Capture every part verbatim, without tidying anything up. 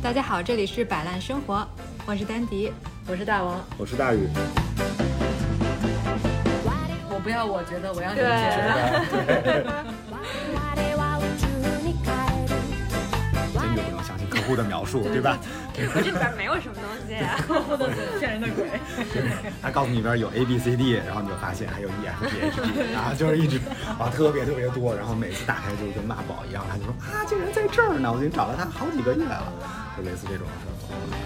大家好，这里是摆烂生活，我是丹迪， 我是大王， 我是大宇。 我不要，我觉得我要你觉得。 坚决不能相信客户的描述，对吧？ 我这里边没有什么东西、啊， 客户的骗人的鬼。 他告诉你里边有 A B C D， 然后你就发现还有 E F G H G， 然后就是一直啊特别特别多，然后每次打开就跟骂宝一样，他就说啊竟然在这儿呢，我已经找了他好几个月了，就类似这种事。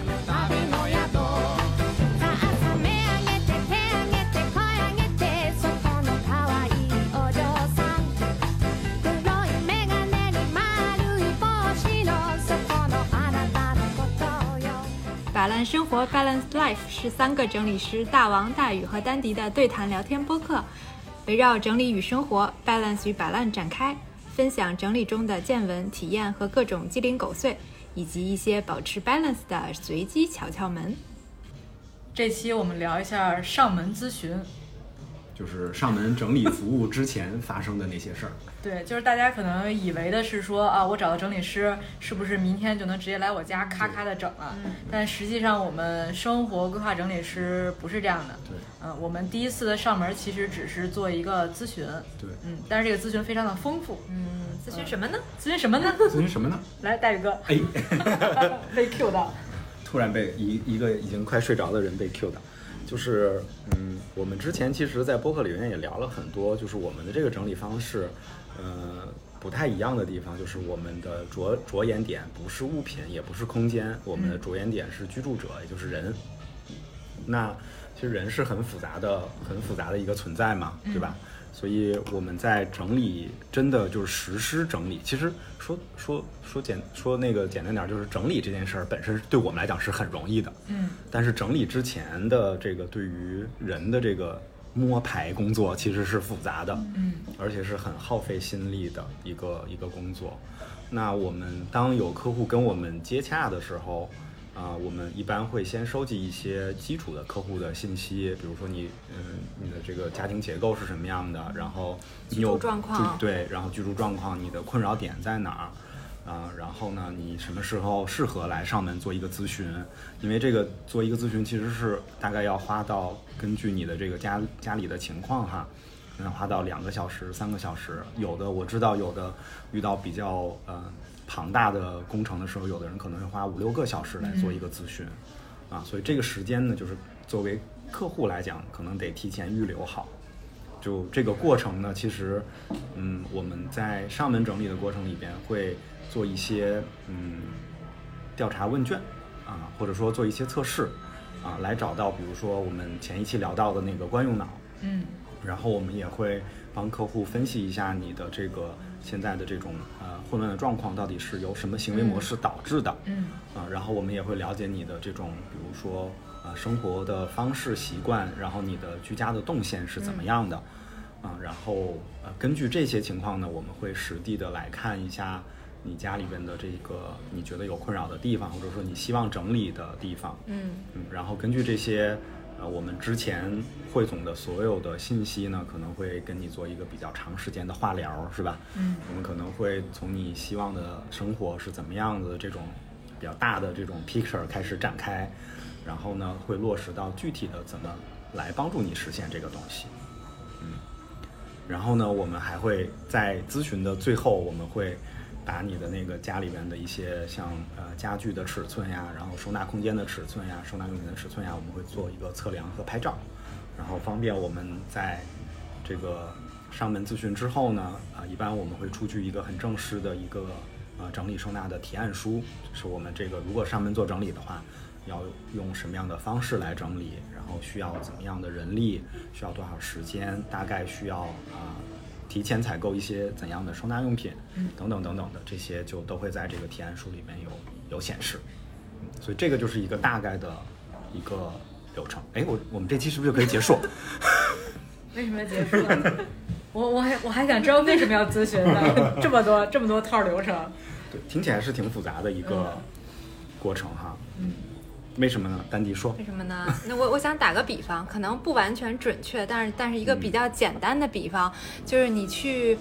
摆烂生活 Balance Life 是三个整理师大王、大宇和丹迪的对谈聊天播客，围绕整理与生活、balance 与摆烂展开，分享整理中的见闻、体验和各种鸡零狗碎，以及一些保持 balance 的随机巧窍门。 这期我们聊一下上门咨询， 就是上门整理服务之前发生的那些事儿。 对，就是大家可能以为的是说啊，我找到整理师是不是明天就能直接来我家咔咔的整了、嗯、但实际上我们生活规划整理师不是这样的。 对， 嗯，我们第一次的上门其实只是做一个咨询。 对， 嗯，但是这个咨询非常的丰富。 嗯，咨询什么呢？ 嗯、咨询什么呢？ 咨询什么呢？ 来，大宇哥， 哎， 被 Q 到， 突然被一一个已经快睡着的人被 Q 到。就是嗯，我们之前其实在播客里面也聊了很多，就是我们的这个整理方式呃不太一样的地方，就是我们的着着眼点不是物品也不是空间，我们的着眼点是居住者、嗯、也就是人。那其实人是很复杂的很复杂的一个存在嘛，对吧、嗯、所以我们在整理真的就是实施整理，其实说说说简说那个简单点，就是整理这件事儿本身对我们来讲是很容易的， 嗯，但是整理之前的这个对于人的这个摸排工作其实是复杂的， 嗯， 而且是很耗费心力的一个一个工作。那我们当有客户跟我们接洽的时候啊、呃，我们一般会先收集一些基础的客户的信息，比如说你，嗯，你的这个家庭结构是什么样的，然后你有居住状况， 对，然后居住状况，你的困扰点在哪儿，啊、呃，然后呢，你什么时候适合来上门做一个咨询？因为这个做一个咨询其实是大概要花到根据你的这个家家里的情况哈，可能花到两个小时、三个小时，有的我知道，有的遇到比较呃。庞大的工程的时候，有的人可能会花五六个小时来做一个咨询、嗯、啊，所以这个时间呢，就是作为客户来讲，可能得提前预留好。就这个过程呢，其实，嗯，我们在上门整理的过程里边会做一些嗯调查问卷啊，或者说做一些测试啊，来找到比如说我们前一期聊到的那个惯用脑， 嗯， 然后我们也会帮客户分析一下你的这个现在的这种呃混乱的状况到底是由什么行为模式导致的， 嗯， 啊、呃，然后我们也会了解你的这种，比如说呃生活的方式习惯，然后你的居家的动线是怎么样的，啊、嗯呃，然后呃根据这些情况呢，我们会实地的来看一下你家里边的这个你觉得有困扰的地方，或者说你希望整理的地方， 嗯嗯，然后根据这些。呃，我们之前汇总的所有的信息呢，可能会跟你做一个比较长时间的化疗，是吧？ 嗯， 我们可能会从你希望的生活是怎么样的这种比较大的这种 picture 开始展开，然后呢，会落实到具体的怎么来帮助你实现这个东西。嗯，然后呢，我们还会在咨询的最后，我们会把你的那个家里边的一些像呃家具的尺寸呀，然后收纳空间的尺寸呀，收纳用品的尺寸呀，我们会做一个测量和拍照，然后方便我们在这个上门咨询之后呢，啊、呃，一般我们会出具一个很正式的一个呃整理收纳的提案书，就是我们这个如果上门做整理的话，要用什么样的方式来整理，然后需要怎么样的人力，需要多少时间，大概需要啊。呃提前采购一些怎样的收纳用品，等等等等的，这些就都会在这个提案书里面有有显示，所以这个就是一个大概的一个流程。哎，我我们这期是不是就可以结束？ 为什么要结束？我我还我还想知道为什么要咨询呢？这么多这么多套流程， 对，听起来是挺复杂的一个过程哈。 嗯。 为什么呢？丹迪说。 为什么呢？那我我想打个比方，可能不完全准确，但是但是一个比较简单的比方，就是你去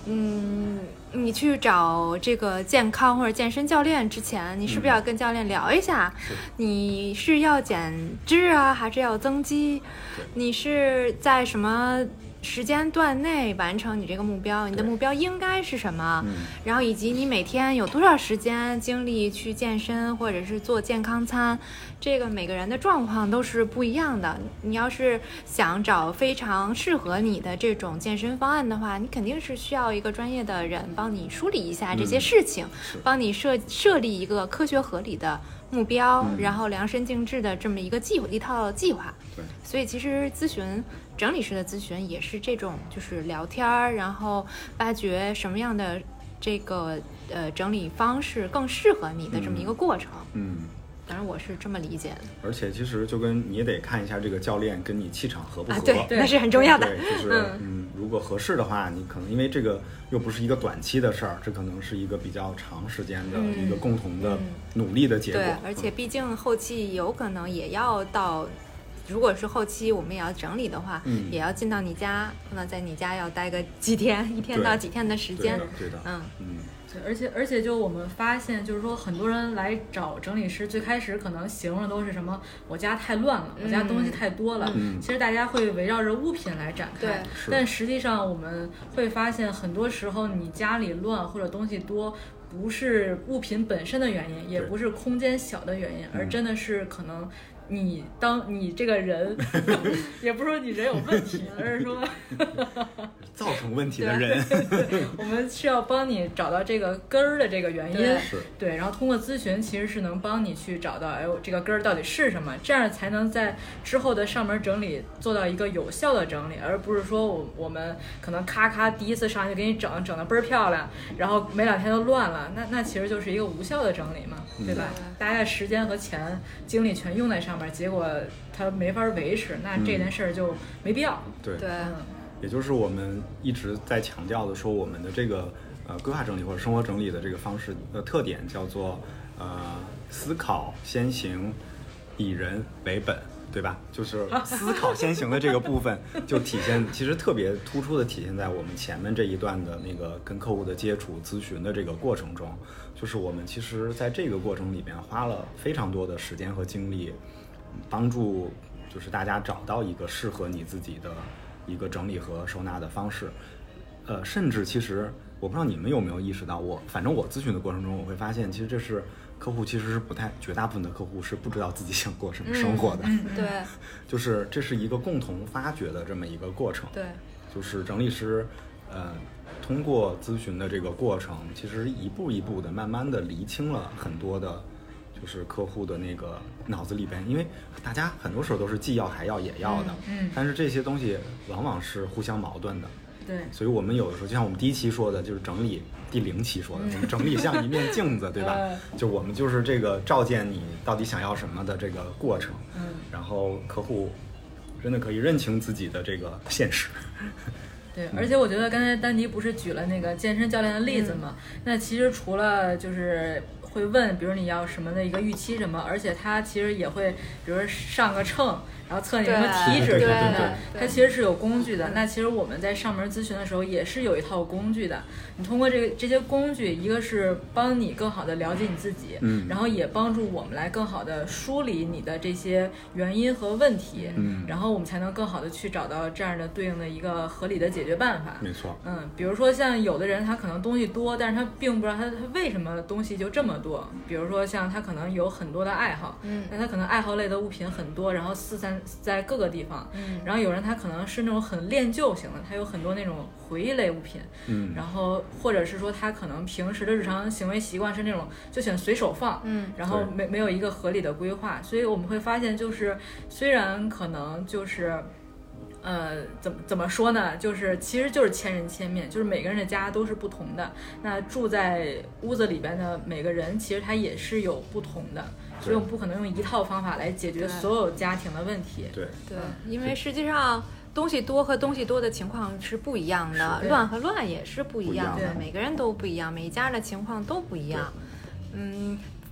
嗯，你去找这个健康或者健身教练之前，你是不是要跟教练聊一下？ 是你是要减脂啊，还是要增肌？你是在什么时间段内完成你这个目标？你的目标应该是什么？ 嗯， 然后以及你每天有多少时间精力去健身或者是做健康餐？这个每个人的状况都是不一样的。你要是想找非常适合你的这种健身方案的话，你肯定是需要一个专业的人帮你梳理一下这些事情， 嗯、 帮你设设立一个科学合理的目标， 嗯、 然后量身定制的这么一个计一套计划。 对， 所以其实咨询整理师的咨询也是这种，就是聊天儿，然后发掘什么样的这个呃整理方式更适合你的这么一个过程。 嗯。嗯， 当然我是这么理解的， 而且其实就跟你也得看一下这个教练跟你气场合不合， 啊、对，那是很重要的。 对，就是嗯, 嗯，如果合适的话，你可能因为这个又不是一个短期的事儿，这可能是一个比较长时间的一个共同的努力的结果。 嗯嗯、对，而且毕竟后期有可能也要到。如果是后期我们也要整理的话， 嗯， 也要进到你家，可能在你家要待个几天，一天到几天的时间。 对的， 嗯嗯。 对，而且而且就我们发现，就是说很多人来找整理师，最开始可能形容的都是什么，我家太乱了， 嗯、 我家东西太多了。 嗯， 其实大家会围绕着物品来展开， 对， 但实际上我们会发现，很多时候你家里乱或者东西多，不是物品本身的原因，也不是空间小的原因，而真的是可能。你当你这个人也不是说你人有问题，而是说造成问题的人对对对，我们是要帮你找到这个根儿的这个原因， 对, 对，然后通过咨询其实是能帮你去找到哎呦这个根儿到底是什么，这样才能在之后的上门整理做到一个有效的整理，而不是说我我们可能咔咔第一次上就给你整整的倍儿漂亮，然后没两天就乱了，那那其实就是一个无效的整理嘛，对吧？ 嗯、 大家的时间和钱精力全用在上面，结果它没法维持，那这件事儿就没必要。 嗯、对， 对、 嗯， 也就是我们一直在强调的，说我们的这个呃规划整理或者生活整理的这个方式的特点叫做呃思考先行，以人为本，对吧？就是思考先行的这个部分，就体现其实特别突出的体现在我们前面这一段的那个跟客户的接触咨询的这个过程中，就是我们其实在这个过程里边花了非常多的时间和精力，帮助就是大家找到一个适合你自己的一个整理和收纳的方式。呃，甚至其实我不知道你们有没有意识到，我反正我咨询的过程中，我会发现其实这是客户其实是不太，绝大部分的客户是不知道自己想过什么生活的。 嗯嗯、对， 就是这是一个共同发掘的这么一个过程。 对， 就是整理师，呃，通过咨询的这个过程，其实一步一步的慢慢的厘清了很多的，就是客户的那个脑子里边，因为大家很多时候都是既要还要也要的， 嗯，嗯但是这些东西往往是互相矛盾的。 对， 所以我们有的时候就像我们第一期说的，就是整理第零期说的，我们整理像一面镜子，对吧？就我们就是这个照见你到底想要什么的这个过程。 嗯， 然后客户真的可以认清自己的这个现实。 对，而且我觉得刚才丹迪不是举了那个健身教练的例子嘛？嗯、那其实除了就是会问，比如你要什么的一个预期什么，而且他其实也会，比如上个秤，然后测你什么体脂什么的，它其实是有工具的。那其实我们在上门咨询的时候也是有一套工具的。你通过这个这些工具，一个是帮你更好的了解你自己， 嗯， 然后也帮助我们来更好的梳理你的这些原因和问题， 嗯， 然后我们才能更好的去找到这样的对应的一个合理的解决办法。 没错， 嗯，比如说像有的人他可能东西多，但是他并不知道他他为什么东西就这么多。比如说像他可能有很多的爱好， 嗯， 那他可能爱好类的物品很多，然后四散在各个地方， 嗯， 然后有人他可能是那种很恋旧型的，他有很多那种回忆类物品， 嗯， 然后或者是说他可能平时的日常行为习惯是那种就喜欢随手放， 嗯， 然后没没有一个合理的规划，所以我们会发现就是虽然可能就是呃，怎么怎么说呢？就是其实就是千人千面，就是每个人的家都是不同的。那住在屋子里边的每个人，其实他也是有不同的，所以我们不可能用一套方法来解决所有家庭的问题。 对对，因为实际上东西多和东西多的情况是不一样的，乱和乱也是不一样的，每个人都不一样，每一家的情况都不一样。嗯。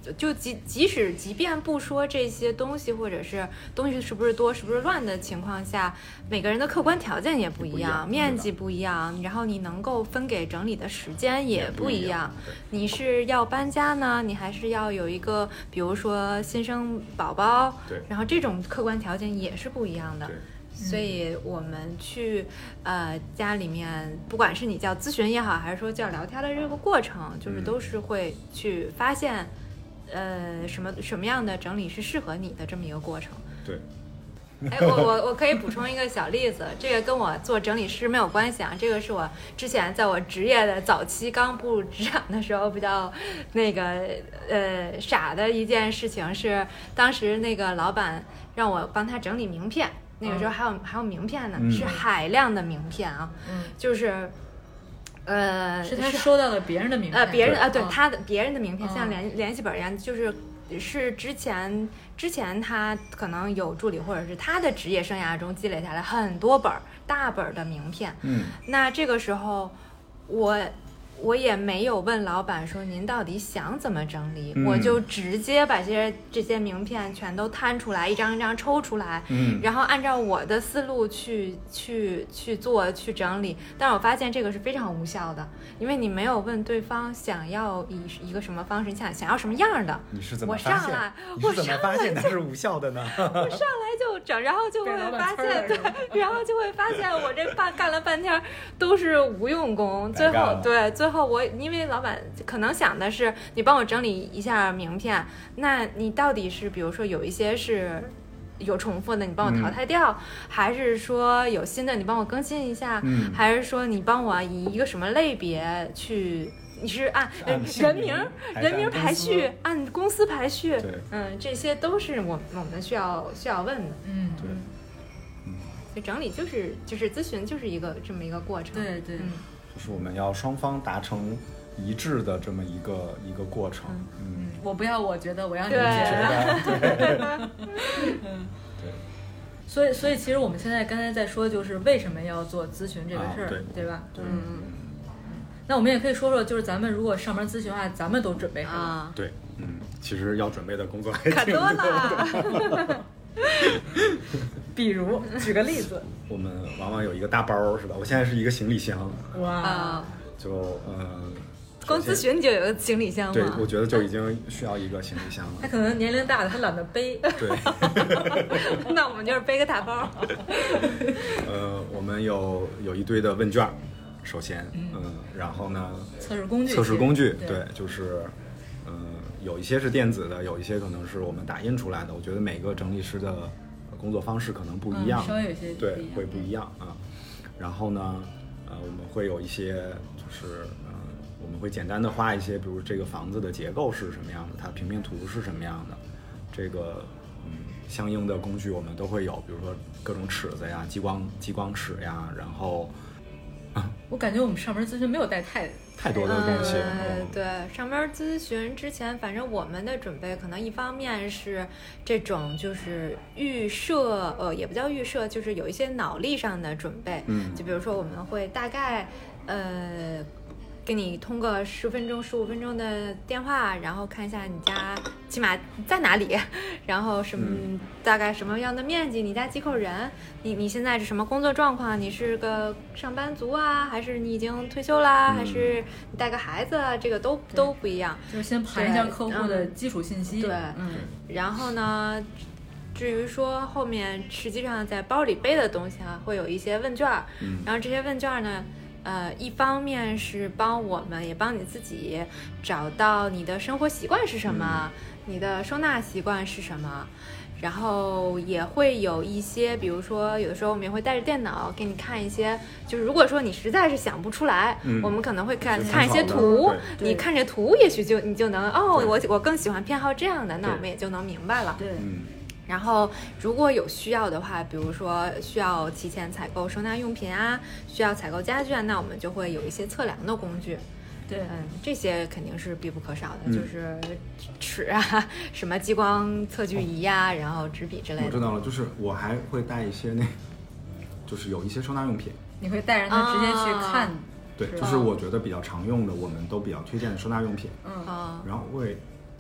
就即即使即便不说这些东西或者是东西是不是多是不是乱的情况下，每个人的客观条件也不一样， 不一样面积不一样，然后你能够分给整理的时间也不一样。 也不一样你是要搬家呢，你还是要有一个比如说新生宝宝， 对， 然后这种客观条件也是不一样的。 对， 所以我们去呃家里面，不管是你叫咨询也好，还是说叫聊天的这个过程，就是都是会去发现，呃什么什么样的整理是适合你的这么一个过程。 对。 哎，我我我可以补充一个小例子，这个跟我做整理师没有关系啊，这个是我之前在我职业的早期刚步入职场的时候比较那个呃傻的一件事情是，当时那个老板让我帮他整理名片，那个时候还有、嗯、还有名片呢、嗯，是海量的名片啊， 嗯， 就是。呃， 是他收到了别人的名片， 呃，别人啊，对、 哦、 他的别人的名片， 哦、 像联联系本一样，就是是之前之前他可能有助理，或者是他的职业生涯中积累下来很多本大本的名片。 嗯， 那这个时候我。我也没有问老板说您到底想怎么整理、嗯、我就直接把这些这些名片全都摊出来，一张一张抽出来、 嗯、 然后按照我的思路去去去做去整理。但是我发现这个是非常无效的，因为你没有问对方想要以一个什么方式，你想想要什么样的。 你是怎么发现？ 我上来你是怎么发现它是无效的呢？ 我上来就整，然后就会发现，对，然后就会发现我这半干了半天都是无用功，最后对最后我因为老板可能想的是你帮我整理一下名片，那你到底是比如说有一些是有重复的你帮我淘汰掉、嗯、还是说有新的你帮我更新一下、嗯、还是说你帮我以一个什么类别去，你是按人名人名排序，按公司排序，嗯，这些都是我我们需要需要问的。 嗯， 对， 嗯，所以整理就是就是咨询就是一个这么一个过程。 对对、嗯， 就是我们要双方达成一致的这么一个一个过程。嗯，嗯我不要我觉得，我要你觉得。 对。 嗯，对。所以所以其实我们现在刚才在说就是为什么要做咨询这个事儿、啊，对, 对吧？对。嗯嗯。那我们也可以说说，就是咱们如果上门咨询的话，咱们都准备好了。 啊、 对，嗯，其实要准备的工作还可挺多了。 比如，举个例子， 我们往往有一个大包，是吧？我现在是一个行李箱。 哇。 就呃， 光咨询就有个行李箱吗？ 对，我觉得就已经需要一个行李箱了。 他可能年龄大了，他懒得背。 对。 那我们就是背个大包。 呃，我们有有一堆的问卷。首先，嗯，然后呢， 测试工具， 测试工具， 对， 对就是，嗯、呃，有一些是电子的，有一些可能是我们打印出来的。我觉得每个整理师的工作方式可能不一样， 嗯、稍微有些对，会不一样啊。然后呢，呃，我们会有一些，就是呃，我们会简单的画一些，比如这个房子的结构是什么样的，它平面图是什么样的，这个嗯，相应的工具我们都会有，比如说各种尺子呀、激光激光尺呀，然后。 我感觉我们上门咨询没有带太太多的东西。 呃、对，上门咨询之前，反正我们的准备可能一方面是这种就是预设，呃，也不叫预设，就是有一些脑力上的准备。 嗯， 就比如说我们会大概呃。给你通个十分钟、十五分钟的电话，然后看一下你家起码在哪里，然后什么、嗯、大概什么样的面积，你家几口人，你你现在是什么工作状况？你是个上班族啊，还是你已经退休啦？嗯、还是你带个孩子啊？这个都都不一样。 就是先盘一下客户的基础信息。 对， 嗯， 然后呢？至于说后面实际上在包里背的东西啊，会有一些问卷， 嗯， 然后这些问卷呢。呃，一方面是帮我们，也帮你自己找到你的生活习惯是什么，嗯、你的收纳习惯是什么，然后也会有一些，比如说有的时候我们也会带着电脑给你看一些，就是如果说你实在是想不出来， 嗯、 我们可能会看看一些图，你看着图也许就你就能哦，我我更喜欢偏好这样的，那我们也就能明白了。 对。 嗯然后如果有需要的话，比如说需要提前采购收纳用品啊，需要采购家具啊，那我们就会有一些测量的工具。 对， 嗯，这些肯定是必不可少的， 嗯、 就是尺啊，什么激光测距仪呀、啊，然后纸笔之类的。 我知道了，就是我还会带一些那，就是有一些收纳用品。 你会带着他直接去看？ 对，就是我觉得比较常用的，我们都比较推荐的收纳用品。 嗯然后会。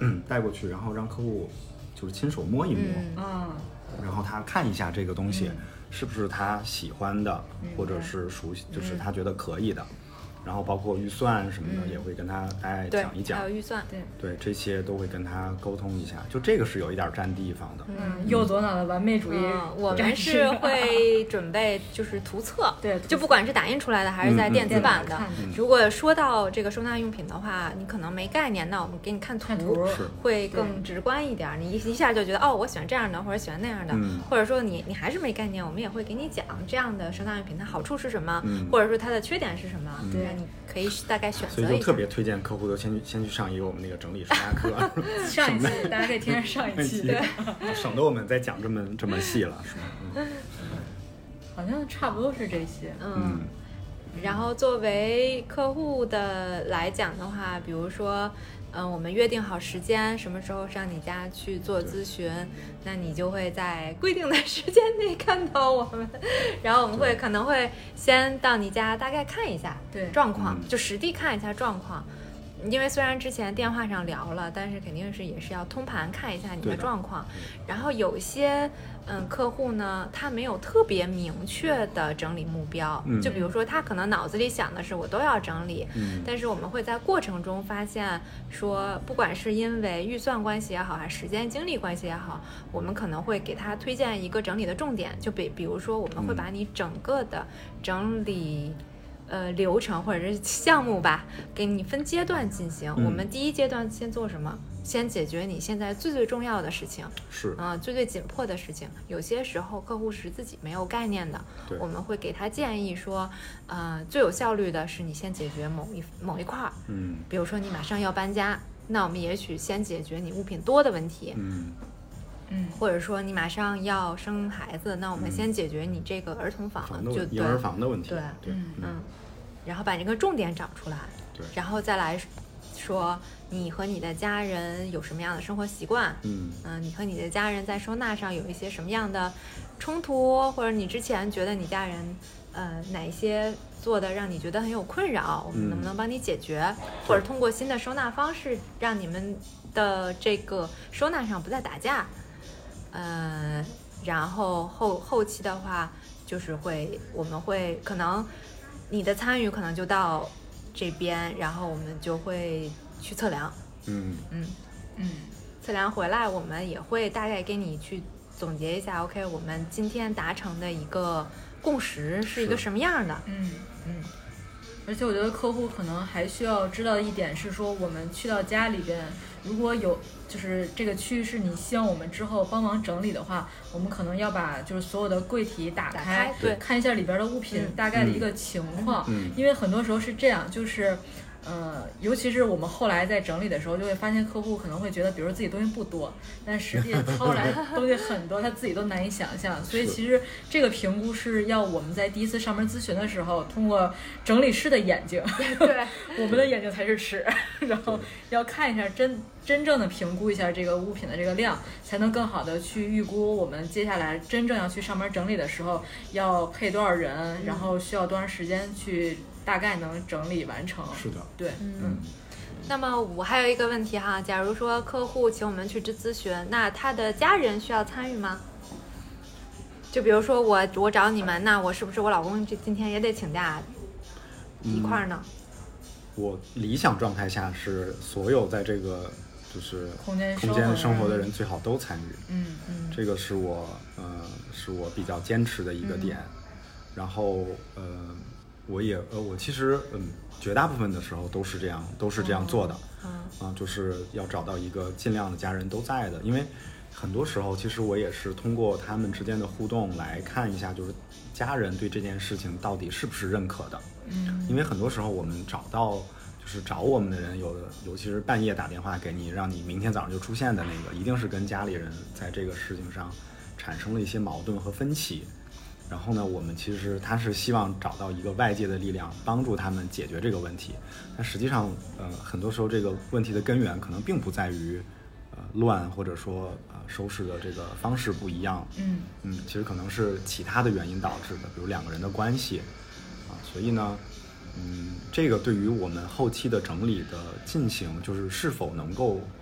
带过去，然后让客户就是亲手摸一摸， 嗯， 然后他看一下这个东西是不是他喜欢的， 嗯、 或者是熟悉，就是他觉得可以的。然后包括预算什么的，也会跟他大概讲一讲。 还有预算， 对对，这些都会跟他沟通一下。就这个是有一点占地方的。 嗯，右左脑的完美主义。 嗯、我们是会准备就是图册， 对， 就不管是打印出来的还是在电子版的。 嗯嗯、 如果说到这个收纳用品的话，你可能没概念，那我们给你看图， 看图会更直观一点。你一一下就觉得哦，我喜欢这样的，或者喜欢那样的， 嗯、 或者说你你还是没概念，我们也会给你讲这样的收纳用品它好处是什么， 嗯、 或者说它的缺点是什么， 对、 嗯，你可以大概选择所以就特别推荐客户都先去先去上一个我们那个整理收纳课， 上一期大家可以听上上一期，对， 省得我们再讲这么这么细了，是吗？嗯， 好像差不多是这些， 嗯。然后作为客户的来讲的话，比如说。嗯，我们约定好时间，什么时候上你家去做咨询，那你就会在规定的时间内看到我们，然后我们会可能会先到你家大概看一下状况，就实地看一下状况。因为虽然之前电话上聊了，但是肯定是也是要通盘看一下你的状况。然后有一些嗯客户呢，他没有特别明确的整理目标， 嗯、 就比如说他可能脑子里想的是我都要整理， 嗯、 但是我们会在过程中发现说，不管是因为预算关系也好，还是时间精力关系也好，我们可能会给他推荐一个整理的重点，就比比如说我们会把你整个的整理。呃，流程或者是项目吧，给你分阶段进行。 嗯、 我们第一阶段先做什么？先解决你现在最最重要的事情， 是啊、呃，最最紧迫的事情。有些时候客户是自己没有概念的，我们会给他建议说，呃，最有效率的是你先解决某一某一块儿， 嗯， 比如说你马上要搬家，那我们也许先解决你物品多的问题， 嗯。 嗯， 或者说你马上要生孩子，那我们先解决你这个儿童房， 房就婴儿房的问题， 对对， 嗯，嗯然后把这个重点找出来， 对， 然后再来说你和你的家人有什么样的生活习惯， 嗯嗯、呃，你和你的家人在收纳上有一些什么样的冲突，或者你之前觉得你家人呃哪一些做的让你觉得很有困扰，我们能不能帮你解决， 嗯、 或者通过新的收纳方式让你们的这个收纳上不再打架。呃，然后后后期的话，就是会我们会可能你的参与可能就到这边，然后我们就会去测量， 嗯嗯嗯， 测量回来，我们也会大概给你去总结一下 ，OK， 我们今天达成的一个共识是一个什么样的， 嗯嗯。而且我觉得客户可能还需要知道一点是说，我们去到家里边，如果有就是这个区域是你希望我们之后帮忙整理的话，我们可能要把就是所有的柜体打开， 打开对， 看一下里边的物品大概的一个情况， 嗯嗯、 因为很多时候是这样，就是。呃，尤其是我们后来在整理的时候，就会发现客户可能会觉得，比如自己东西不多，但实际掏来东西很多，他自己都难以想象。所以其实这个评估是要我们在第一次上门咨询的时候，通过整理师的眼睛， 对， 我们的眼睛才是尺，然后要看一下真真正的评估一下这个物品的这个量，才能更好的去预估我们接下来真正要去上门整理的时候要配多少人， 嗯、 然后需要多长时间去。大概能整理完成， 是的， 对， 嗯。嗯那么我还有一个问题哈，假如说客户请我们去咨询，那他的家人需要参与吗？就比如说我我找你们，那我是不是我老公这今天也得请假一块儿呢？ 嗯、我理想状态下是所有在这个就是空间空间生活的人最好都参与， 嗯嗯， 这个是我呃是我比较坚持的一个点， 嗯、 然后呃。我也呃，我其实嗯，绝大部分的时候都是这样，都是这样做的， 嗯， 啊，就是要找到一个尽量的家人都在的，因为很多时候其实我也是通过他们之间的互动来看一下，就是家人对这件事情到底是不是认可的， 嗯， 因为很多时候我们找到就是找我们的人，有的尤其是半夜打电话给你，让你明天早上就出现的那个，一定是跟家里人在这个事情上产生了一些矛盾和分歧。然后呢，我们其实他是希望找到一个外界的力量帮助他们解决这个问题，但实际上，呃，很多时候这个问题的根源可能并不在于，呃，乱或者说呃收拾的这个方式不一样， 嗯嗯，其实可能是其他的原因导致的，比如两个人的关系，啊，所以呢，嗯，这个对于我们后期的整理的进行，就是是否能够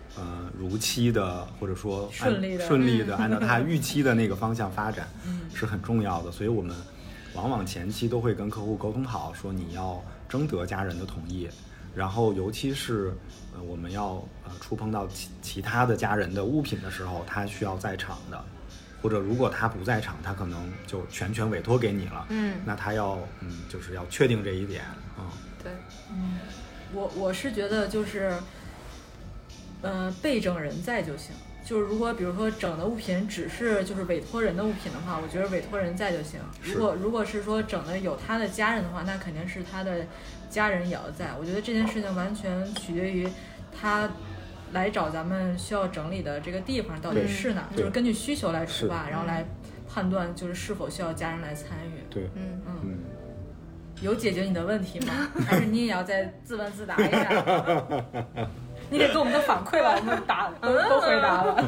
呃如期的或者说顺利的顺利的按照他预期的那个方向发展是很重要的，所以我们往往前期都会跟客户沟通好，说你要征得家人的同意，然后尤其是呃我们要呃触碰到其其他的家人的物品的时候，他需要在场的，或者如果他不在场，他可能就全权委托给你了。 嗯， 那他要嗯就是要确定这一点啊。嗯、 对， 嗯，我我是觉得就是，呃，被整人在就行。就是如果比如说整的物品只是就是委托人的物品的话，我觉得委托人在就行。如果如果是说整的有他的家人的话，那肯定是他的家人也要在。我觉得这件事情完全取决于他来找咱们需要整理的这个地方到底是哪，就是根据需求来出发，然后来判断就是是否需要家人来参与。 对， 嗯嗯。 嗯， 有解决你的问题吗？还是你也要再自问自答一下？你得给我们的反馈吧，我们答都都回答了。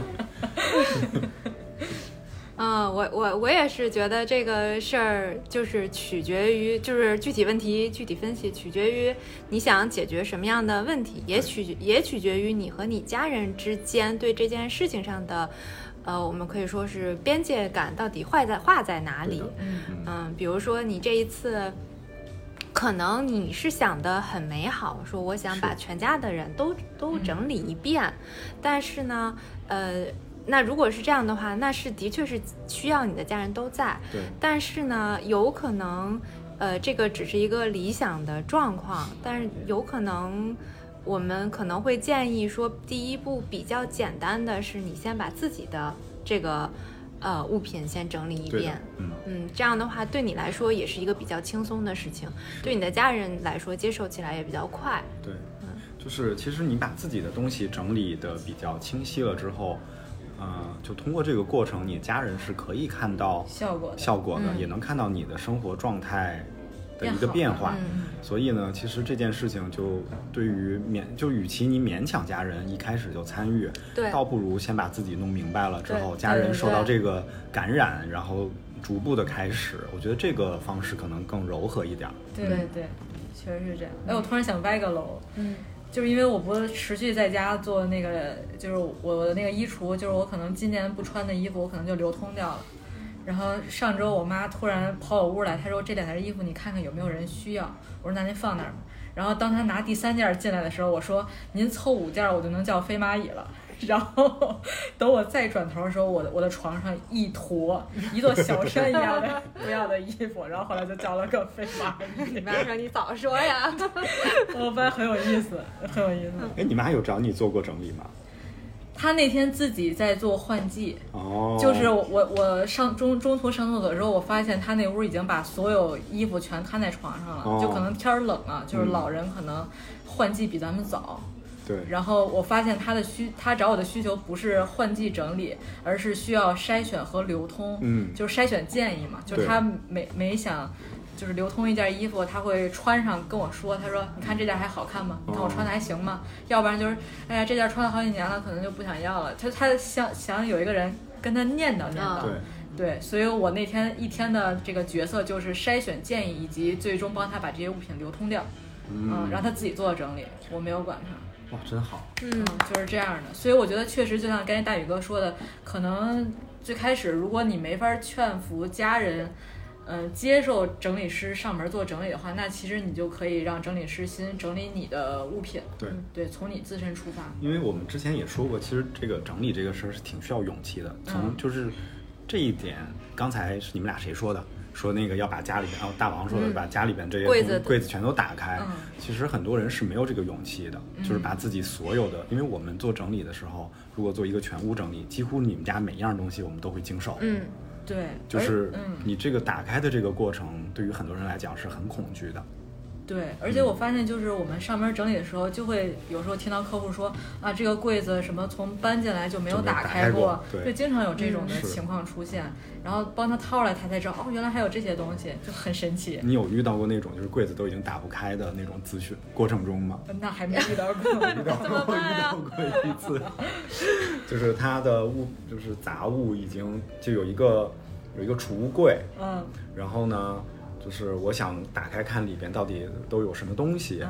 嗯，我我我也是觉得这个事儿就是取决于，就是具体问题具体分析，取决于你想解决什么样的问题，也取也取决于你和你家人之间对这件事情上的，呃，我们可以说是边界感到底画在画在哪里。 嗯嗯，比如说你这一次。可能你是想的很美好，说我想把全家的人都都整理一遍，嗯、但是呢，呃，那如果是这样的话，那是的确是需要你的家人都在。 对。 但是呢，有可能，呃，这个只是一个理想的状况，但是有可能，我们可能会建议说，第一步比较简单的是，你先把自己的这个。呃，物品先整理一遍， 嗯嗯，这样的话对你来说也是一个比较轻松的事情，对你的家人来说接受起来也比较快。 对，嗯，就是其实你把自己的东西整理的比较清晰了之后，呃，就通过这个过程，你家人是可以看到效果的， 效果的， 嗯、 也能看到你的生活状态的一个变化。 嗯、 所以呢，其实这件事情就对于勉，就与其你勉强家人一开始就参与， 对， 倒不如先把自己弄明白了之后，家人受到这个感染，然后逐步的开始，我觉得这个方式可能更柔和一点。 对对对，确实是这样。哎，我突然想歪个楼， 嗯， 就是因为我不持续在家做那个，就是我的那个衣橱，就是我可能今年不穿的衣服，我可能就流通掉了。然后上周我妈突然跑我屋来，她说这两件衣服你看看有没有人需要。我说那您放那儿吧。然后当她拿第三件进来的时候，我说您凑五件我就能叫飞蚂蚁了。然后等我再转头的时候，我的我的床上一坨一座小山一样的不要的衣服，然后后来就叫了个飞蚂蚁。 你妈说你早说呀。 我发现很有意思，很有意思。 哎，你妈有找你做过整理吗？ 他那天自己在做换季， 哦， 就是我我上中中途上厕所的时候，我发现他那屋已经把所有衣服全摊在床上了， 哦、 就可能天冷了，就是老人可能换季比咱们早。 对、嗯。 然后我发现他的需，他找我的需求不是换季整理，而是需要筛选和流通， 嗯， 就是筛选建议嘛，就是他没没想。就是流通一件衣服，他会穿上跟我说，他说你看这件还好看吗？你看我穿的还行吗？要不然就是哎呀这件穿了好几年了，可能就不想要了。他他想想有一个人跟他念叨念叨， 对对，所以我那天一天的这个角色就是筛选建议，以及最终帮他把这些物品流通掉， 嗯， 嗯让他自己做整理，我没有管他。 哇，真好， 嗯， 就是这样的。所以我觉得确实就像刚才大宇哥说的，可能最开始如果你没法劝服家人。嗯、呃，接受整理师上门做整理的话，那其实你就可以让整理师先整理你的物品。 对对，从你自身出发。 因为我们之前也说过，其实这个整理这个事儿是挺需要勇气的。从就是这一点，刚才是你们俩谁说的？说那个要把家里边，哦，大王说的，嗯、把家里边这些柜子柜子全都打开。 嗯、 其实很多人是没有这个勇气的，嗯、就是把自己所有的，因为我们做整理的时候，如果做一个全屋整理，几乎你们家每一样东西我们都会经手。 嗯。 对， 就是你这个打开的这个过程，对于很多人来讲是很恐惧的。 对，而且我发现就是我们上门整理的时候，就会有时候听到客户说啊，这个柜子什么从搬进来就没有打开过， 对， 就经常有这种的情况出现。嗯、然后帮他掏出来，他才知道哦，原来还有这些东西，就很神奇。 你有遇到过那种就是柜子都已经打不开的那种咨询过程中吗？ 那还没遇到过， 遇到过，遇到过一次，就是他的物就是杂物已经就有一个有一个储物柜， 嗯， 然后呢。就是我想打开看里边到底都有什么东西， 嗯、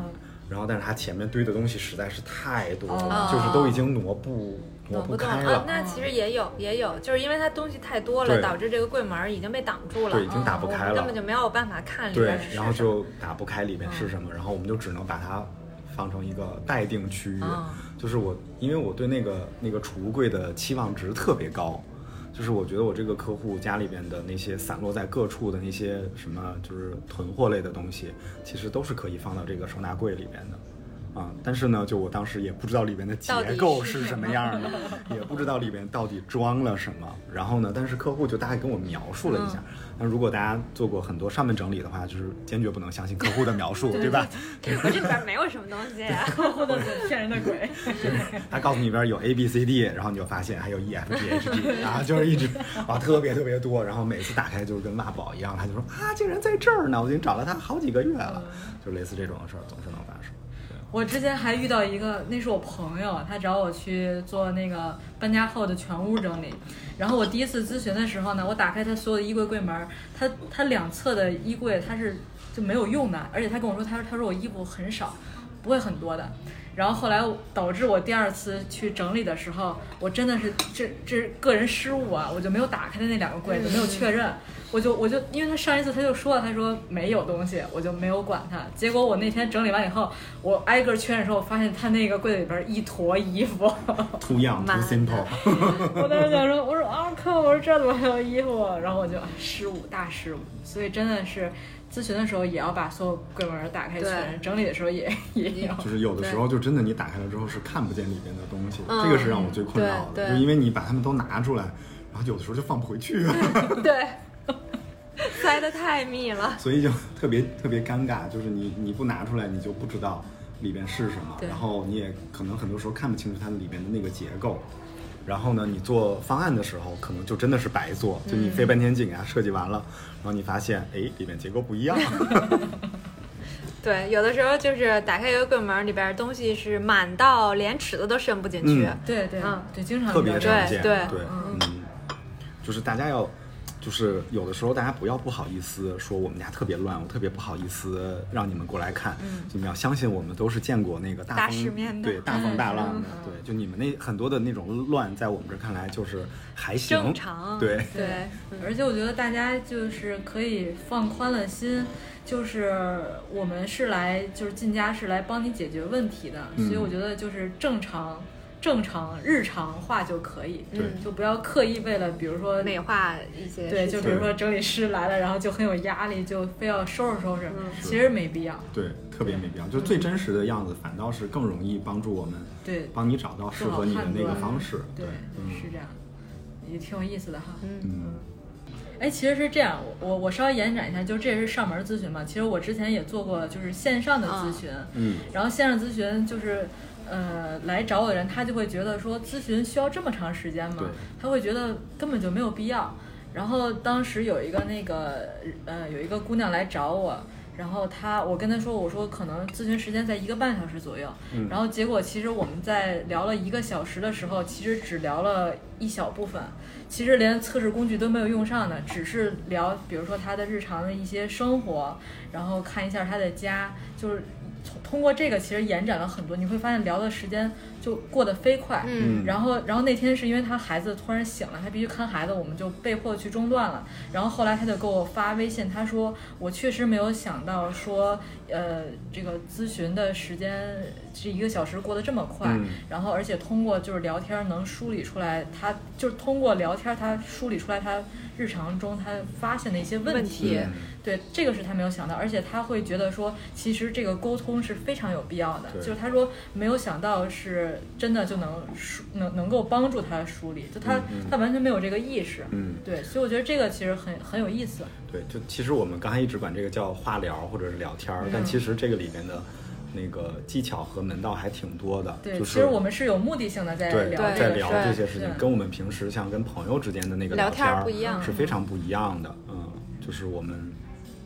然后但是它前面堆的东西实在是太多了， 哦、 就是都已经挪不挪不开了、 啊。那其实也有也有，就是因为它东西太多了，导致这个柜门已经被挡住了， 对，已经打不开了， 根本就没有办法看里边是什么。 对，然后就打不开里面是什么，嗯、然后我们就只能把它放成一个待定区域。 嗯、 就是我，因为我对那个那个储物柜的期望值特别高。就是我觉得我这个客户家里边的那些散落在各处的那些什么就是囤货类的东西，其实都是可以放到这个收纳柜里边的。啊、嗯，但是呢，就我当时也不知道里边的结构是什么样的，也不知道里边到底装了什么。然后呢，但是客户就大概跟我描述了一下。那、嗯、如果大家做过很多上门整理的话，就是坚决不能相信客户的描述，对, 对吧？ 我这边没有什么东西、啊， 客户的嘴骗人的鬼。 他告诉你里边有 A B C D， 然后你就发现还有 E F G H G， 然后就是一直啊特别特别多，然后每次打开就是跟挖宝一样，他就说啊竟然在这儿呢，我已经找了他好几个月了，就类似这种的事儿总是能发生。 我之前还遇到一个，那是我朋友，他找我去做那个搬家后的全屋整理。然后我第一次咨询的时候呢，我打开他所有的衣柜柜门，他他两侧的衣柜他是就没有用的，而且他跟我说，他说他说我衣服很少，不会很多的。然后后来导致我第二次去整理的时候，我真的是这这是个人失误啊，我就没有打开的那两个柜子，没有确认，我就我就因为他上一次他就说了，他说没有东西，我就没有管他。结果我那天整理完以后，我挨个确认的时候，我发现他那个柜子里边一坨衣服 ，too young too simple。 我当时想说，我说啊靠，我说这怎么还有衣服？然后我就失误，大失误。所以真的是。咨询的时候也要把所有柜门打开确认，整理的时候也也要。 就是有的时候就真的你打开了之后是看不见里面的东西，这个是让我最困扰的，就因为你把它们都拿出来，然后有的时候就放不回去。 对，塞得太密了， 所以就特别特别尴尬，就是你你不拿出来，你就不知道里边是什么，然后你也可能很多时候看不清楚它里面的那个结构。然后呢，你做方案的时候，可能就真的是白做，就你费半天劲给它设计完了，嗯、然后你发现，哎，里面结构不一样。 对，有的时候就是打开一个柜门，里边东西是满到连尺子都伸不进去。 嗯、对对，嗯，对，经常特别常见。 对对，嗯，就是大家要。就是有的时候大家不要不好意思说我们家特别乱，我特别不好意思让你们过来看，嗯，你们要相信我们都是见过那个大风大世面的， 对，大风大浪的，嗯、对，就你们那很多的那种乱，在我们这看来就是还行， 正常， 对对、嗯，而且我觉得大家就是可以放宽了心，就是我们是来就是进家是来帮你解决问题的，嗯、所以我觉得就是正常。正常日常化就可以， 对， 就不要刻意为了，比如说美化一些， 对，就比如说整理师来了，然后就很有压力，就非要收拾收拾，嗯、其实没必要， 对，特别没必要，就最真实的样子，反倒是更容易帮助我们， 对， 帮你找到适合你的那个方式， 对， 对嗯、是这样，也挺有意思的哈， 嗯嗯。 哎，其实是这样，我我稍微延展一下，就这也是上门咨询嘛。其实我之前也做过，就是线上的咨询， 嗯， 然后线上咨询就是。呃，来找我的人，他就会觉得说咨询需要这么长时间吗？他会觉得根本就没有必要。然后当时有一个那个呃，有一个姑娘来找我，然后她我跟她说，我说可能咨询时间在一个半小时左右。 嗯、 然后结果其实我们在聊了一个小时的时候，其实只聊了一小部分，其实连测试工具都没有用上的，只是聊，比如说她的日常的一些生活，然后看一下她的家，就是。通过这个其实延展了很多，你会发现聊的时间就过得飞快。 嗯， 然后然后那天是因为他孩子突然醒了，他必须看孩子，我们就被迫去中断了。然后后来他就给我发微信，他说我确实没有想到说，呃，这个咨询的时间这一个小时过得这么快。 嗯、 然后而且通过就是聊天能梳理出来，他就是通过聊天他梳理出来他日常中他发现的一些问题。 问题对，这个是他没有想到，而且他会觉得说，其实这个沟通是非常有必要的。就是他说没有想到是真的就能梳能能够帮助他梳理，就他、 嗯、 他完全没有这个意识。 嗯， 对，所以我觉得这个其实很很有意思。 对，就其实我们刚才一直管这个叫话聊或者是聊天，嗯、但其实这个里面的那个技巧和门道还挺多的。 对， 就是、 其实我们是有目的性的在聊在聊这些事情，跟我们平时像跟朋友之间的那个聊天不一样， 是非常不一样的。嗯，就是我们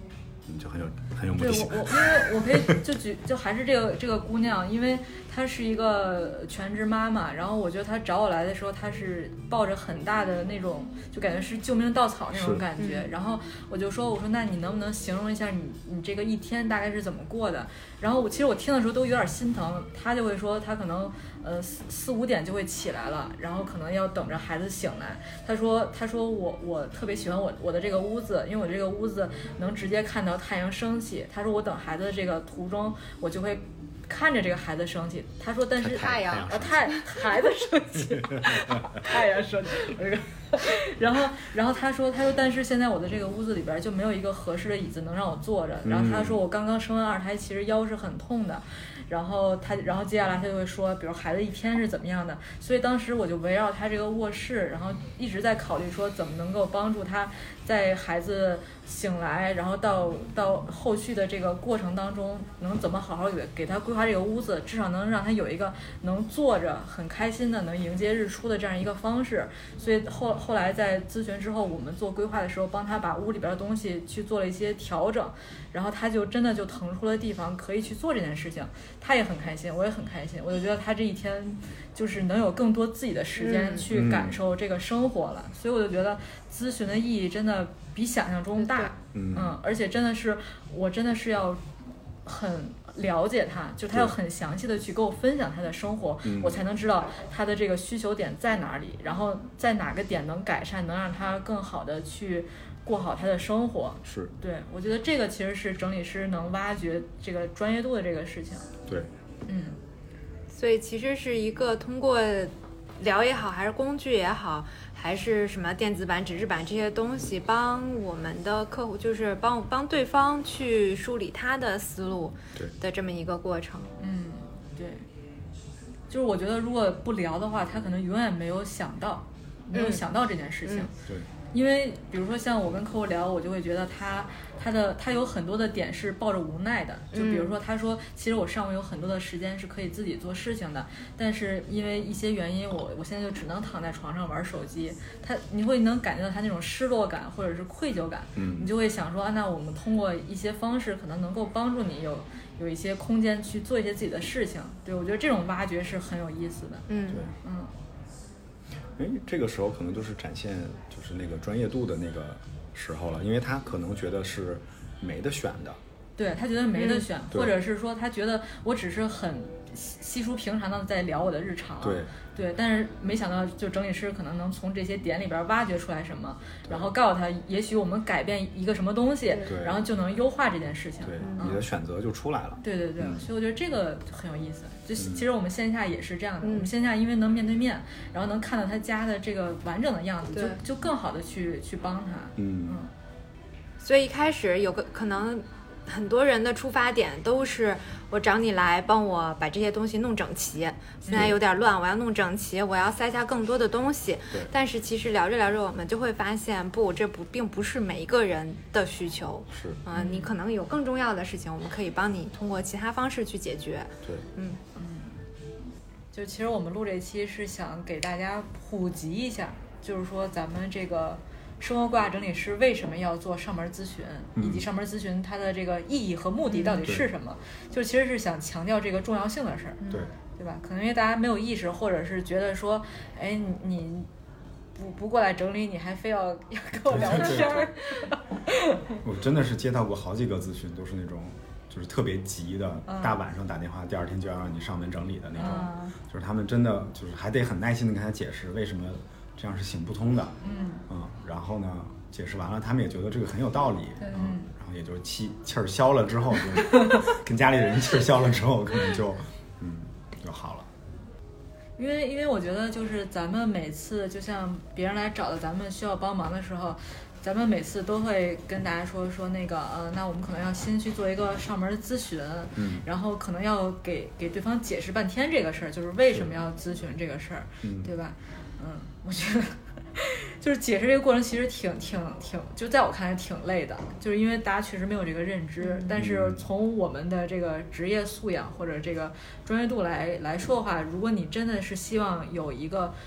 嗯，就很有很有目对的性。 我我因为我可以就举就还是这个这个姑娘，因为她是一个全职妈妈，然后我觉得她找我来的时候，她是抱着很大的那种，就感觉是救命稻草那种感觉。嗯、然后我就说，我说那你能不能形容一下你你这个一天大概是怎么过的？然后我其实我听的时候都有点心疼，她就会说她可能呃四四五点就会起来了，然后可能要等着孩子醒来。她说她说我我特别喜欢我我的这个屋子，因为我这个屋子能直接看到太阳升起。她说我等孩子的这个途中，我就会看着这个孩子升起。他说但是太阳啊太孩子升起太阳升起这个然后然后他说他说但是现在我的这个屋子里边就没有一个合适的椅子能让我坐着。然后他说我刚刚生完二胎，其实腰是很痛的。然后他然后接下来他就会说比如孩子一天是怎么样的。所以当时我就围绕他这个卧室，然后一直在考虑说怎么能够帮助他在孩子醒来然后到到后续的这个过程当中能怎么好好给给他规划这个屋子，至少能让他有一个能坐着很开心的能迎接日出的这样一个方式。所以后后来在咨询之后，我们做规划的时候帮他把屋里边的东西去做了一些调整，然后他就真的就腾出了地方可以去做这件事情。他也很开心，我也很开心，我就觉得他这一天就是能有更多自己的时间去感受这个生活了。嗯、所以我就觉得咨询的意义真的比想象中大。嗯, 嗯，而且真的是我真的是要很了解他，就他要很详细的去跟我分享他的生活，我才能知道他的这个需求点在哪里，然后在哪个点能改善，能让他更好的去过好他的生活。 是， 对，我觉得这个其实是整理师能挖掘这个专业度的这个事情。 对， 嗯， 所以其实是一个通过聊也好，还是工具也好，还是什么电子版、纸质版这些东西，帮我们的客户，就是帮帮对方去梳理他的思路的这么一个过程。 嗯，对，就是我觉得如果不聊的话，他可能永远没有想到，没有想到这件事情。 嗯对。 因为比如说像我跟客户聊，我就会觉得他他的他有很多的点是抱着无奈的。就比如说他说其实我上午有很多的时间是可以自己做事情的，但是因为一些原因我我现在就只能躺在床上玩手机。他你会能感觉到他那种失落感或者是愧疚感。 嗯， 你就会想说啊，那我们通过一些方式可能能够帮助你有有一些空间去做一些自己的事情。对，我觉得这种挖掘是很有意思的。 嗯， 对， 嗯。 哎，这个时候可能就是展现就是那个专业度的那个时候了，因为他可能觉得是没得选的， 对，他觉得没得选， 嗯、 或者是说他觉得我只是很稀疏平常的在聊我的日常， 对对，但是没想到就整理师可能能从这些点里边挖掘出来什么，然后告诉他也许我们改变一个什么东西，然后就能优化这件事情， 对， 嗯、 你的选择就出来了。 对对对、 嗯， 所以我觉得这个很有意思。就其实我们线下也是这样的， 嗯、 我们线下因为能面对面，然后能看到他家的这个完整的样子，就就更好的去去帮他。 嗯嗯。 所以一开始有个可能。很多人的出发点都是我找你来帮我把这些东西弄整齐，现在有点乱，我要弄整齐，我要塞下更多的东西。但是其实聊着聊着我们就会发现，不，这不并不是每一个人的需求。 是， 嗯、呃，你可能有更重要的事情，我们可以帮你通过其他方式去解决。 对， 嗯嗯，就其实我们录这期是想给大家普及一下，就是说咱们这个生活规划整理师为什么要做上门咨询， 嗯、 以及上门咨询它的这个意义和目的到底是什么？嗯、就其实是想强调这个重要性的事儿， 对对吧？可能因为大家没有意识，或者是觉得说，哎，你你不不过来整理，你还非要要跟我聊天儿。 我真的是接到过好几个咨询，都是那种就是特别急的， 嗯、 大晚上打电话，第二天就要让你上门整理的那种， 嗯、 就是他们真的就是还得很耐心的跟他解释为什么。这样是行不通的， 嗯嗯，然后呢，解释完了，他们也觉得这个很有道理， 嗯， 然后也就气气儿消了之后，就跟家里人气儿消了之后，可能就嗯就好了。 因为因为我觉得就是咱们每次就像别人来找的咱们需要帮忙的时候，咱们每次都会跟大家说说那个呃，那我们可能要先去做一个上门咨询， 嗯， 然后可能要给给对方解释半天这个事儿，就是为什么要咨询这个事儿， 嗯， 对吧？嗯，我觉得就是解释这个过程其实挺挺挺，就在我看来挺累的，就是因为大家确实没有这个认知。但是从我们的这个职业素养或者这个专业度来来说的话，如果你真的是希望有一个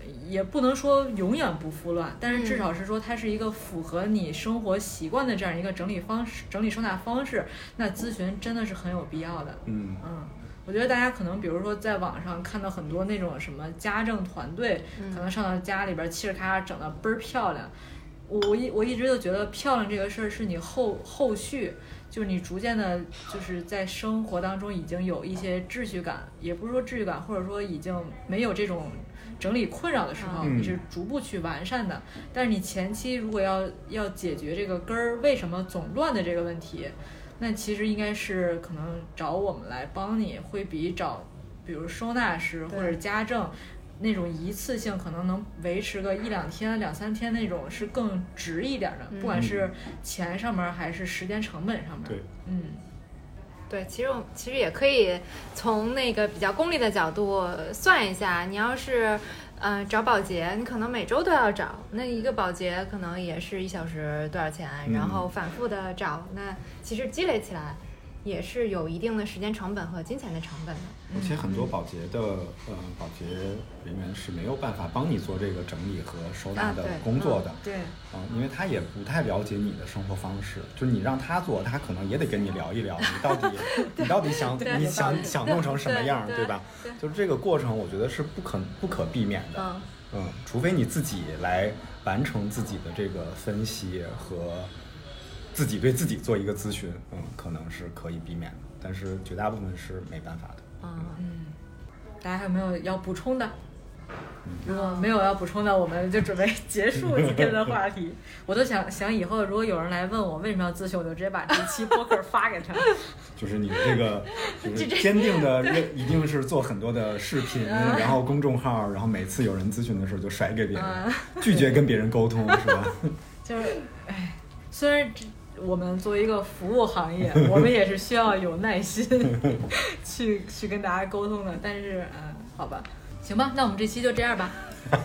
也不能说永远不复乱，但是至少是说它是一个符合你生活习惯的这样一个整理方式、整理收纳方式，那咨询真的是很有必要的。 嗯嗯，我觉得大家可能比如说在网上看到很多那种什么家政团队，可能上到家里边嘁哩咔嚓整得倍儿漂亮。我一我一直就觉得漂亮这个事儿是你后后续，就是你逐渐的，就是在生活当中已经有一些秩序感，也不是说秩序感，或者说已经没有这种整理困扰的时候， 嗯、 你是逐步去完善的。但是你前期如果要要解决这个根儿为什么总乱的这个问题，那其实应该是可能找我们来帮你，会比找比如收纳师或者家政。那种一次性可能能维持个一两天两三天那种是更值一点的， 嗯、 不管是钱上面还是时间成本上面。 对， 嗯， 对，其实其实也可以从那个比较功利的角度算一下，你要是嗯、呃、找保洁，你可能每周都要找，那一个保洁可能也是一小时多少钱， 嗯、 然后反复的找，那其实积累起来也是有一定的时间成本和金钱的成本的。 而且很多保洁的呃保洁人员是没有办法帮你做这个整理和收纳的工作的。 啊、对， 嗯、呃，因为他也不太了解你的生活方式，就是你让他做，他可能也得跟你聊一聊，你到底你到底想你想想弄成什么样， 对, 对吧？对，就是这个过程，我觉得是不可不可避免的。 嗯嗯，除非你自己来完成自己的这个分析和自己对自己做一个咨询，嗯，可能是可以避免的，但是绝大部分是没办法的。 嗯，大家还有没有要补充的？如果没有要补充的，我们就准备结束今天的话题。我都想想以后如果有人来问我为什么要咨询，我就直接把这期播客发给他。 就是你这个就是坚定的一定是做很多的视频，然后公众号，然后每次有人咨询的时候就甩给别人，拒绝跟别人沟通，是吧？ 就是，哎，虽然我们作为一个服务行业，我们也是需要有耐心去去跟大家沟通的，但是嗯，好吧，行吧，那我们这期就这样吧。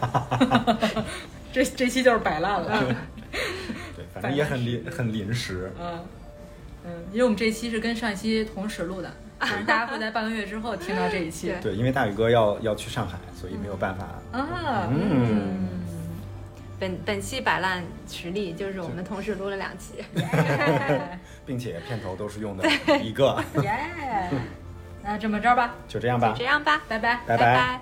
这这期就是摆烂了。 对，反正也很临很临时。 嗯嗯，因为我们这一期是跟上一期同时录的，但是大家会在半个月之后听到这一期。 对，因为大宇哥要要去上海，所以没有办法。 啊， 嗯。 本本期摆烂实力就是我们同时录了两期， yeah 并且片头都是用的一个。 耶， yeah 那这么着吧， 就这样吧， 就这样吧， 拜拜， 拜拜。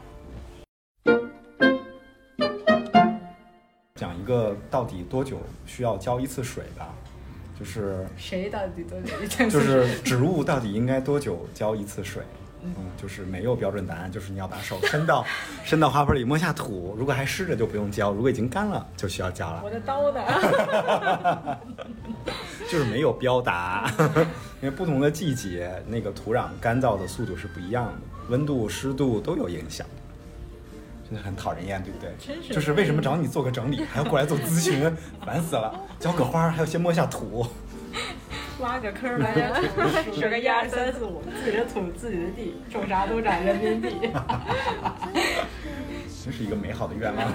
讲一个到底多久需要浇一次水吧，就是谁到底多久一次水？ 就是植物到底应该多久浇一次水？嗯，就是没有标准答案，就是你要把手伸到伸到花盆里摸下土，如果还湿着就不用浇，如果已经干了就需要浇了。 我的刀呢？ 就是没有标答，因为不同的季节那个土壤干燥的速度是不一样的，温度湿度都有影响，真的很讨人厌，对不对？ 真是。 就是为什么找你做个整理还要过来做咨询，烦死了！浇个花还要先摸下土， 挖个坑埋下土，数个一二三四五，自己的土自己的地，种啥都长人民币。 真是一个美好的愿望。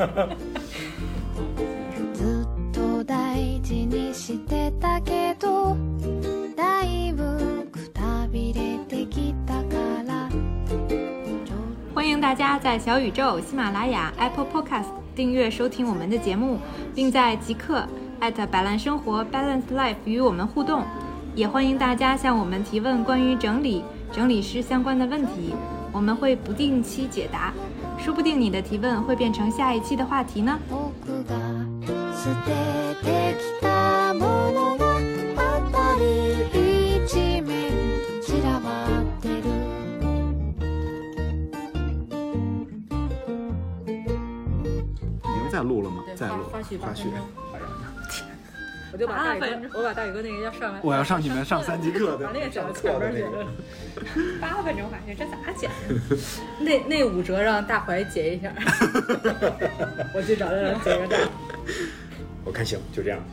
欢迎大家在小宇宙、喜马拉雅、Apple Podcast 订阅收听我们的节目，并在极客艾特摆烂生活 Balance Life 与我们互动。也欢迎大家向我们提问关于整理、整理师相关的问题，我们会不定期解答，说不定你的提问会变成下一期的话题呢。 已经在录了吗？在录。 花絮花絮。 我就把大宇哥，我把大宇哥那个要上来， 我要上你们上三节课的， 把那个讲到前边去。 八分钟花絮，这咋剪？ 那那五折让大怀截一下，我去找他让截个蛋。 我看行，就这样。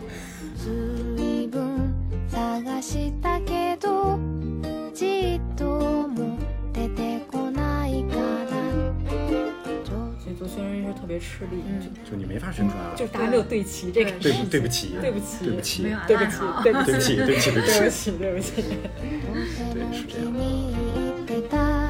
做宣传是特别吃力， 嗯， 就你没法宣传啊， 就大家没有对齐这个， 对不对不起， 对不起， 对不起， 对不起，对不起， 对不起，对不起，对不起， 对不起，对不起， 对，是这样。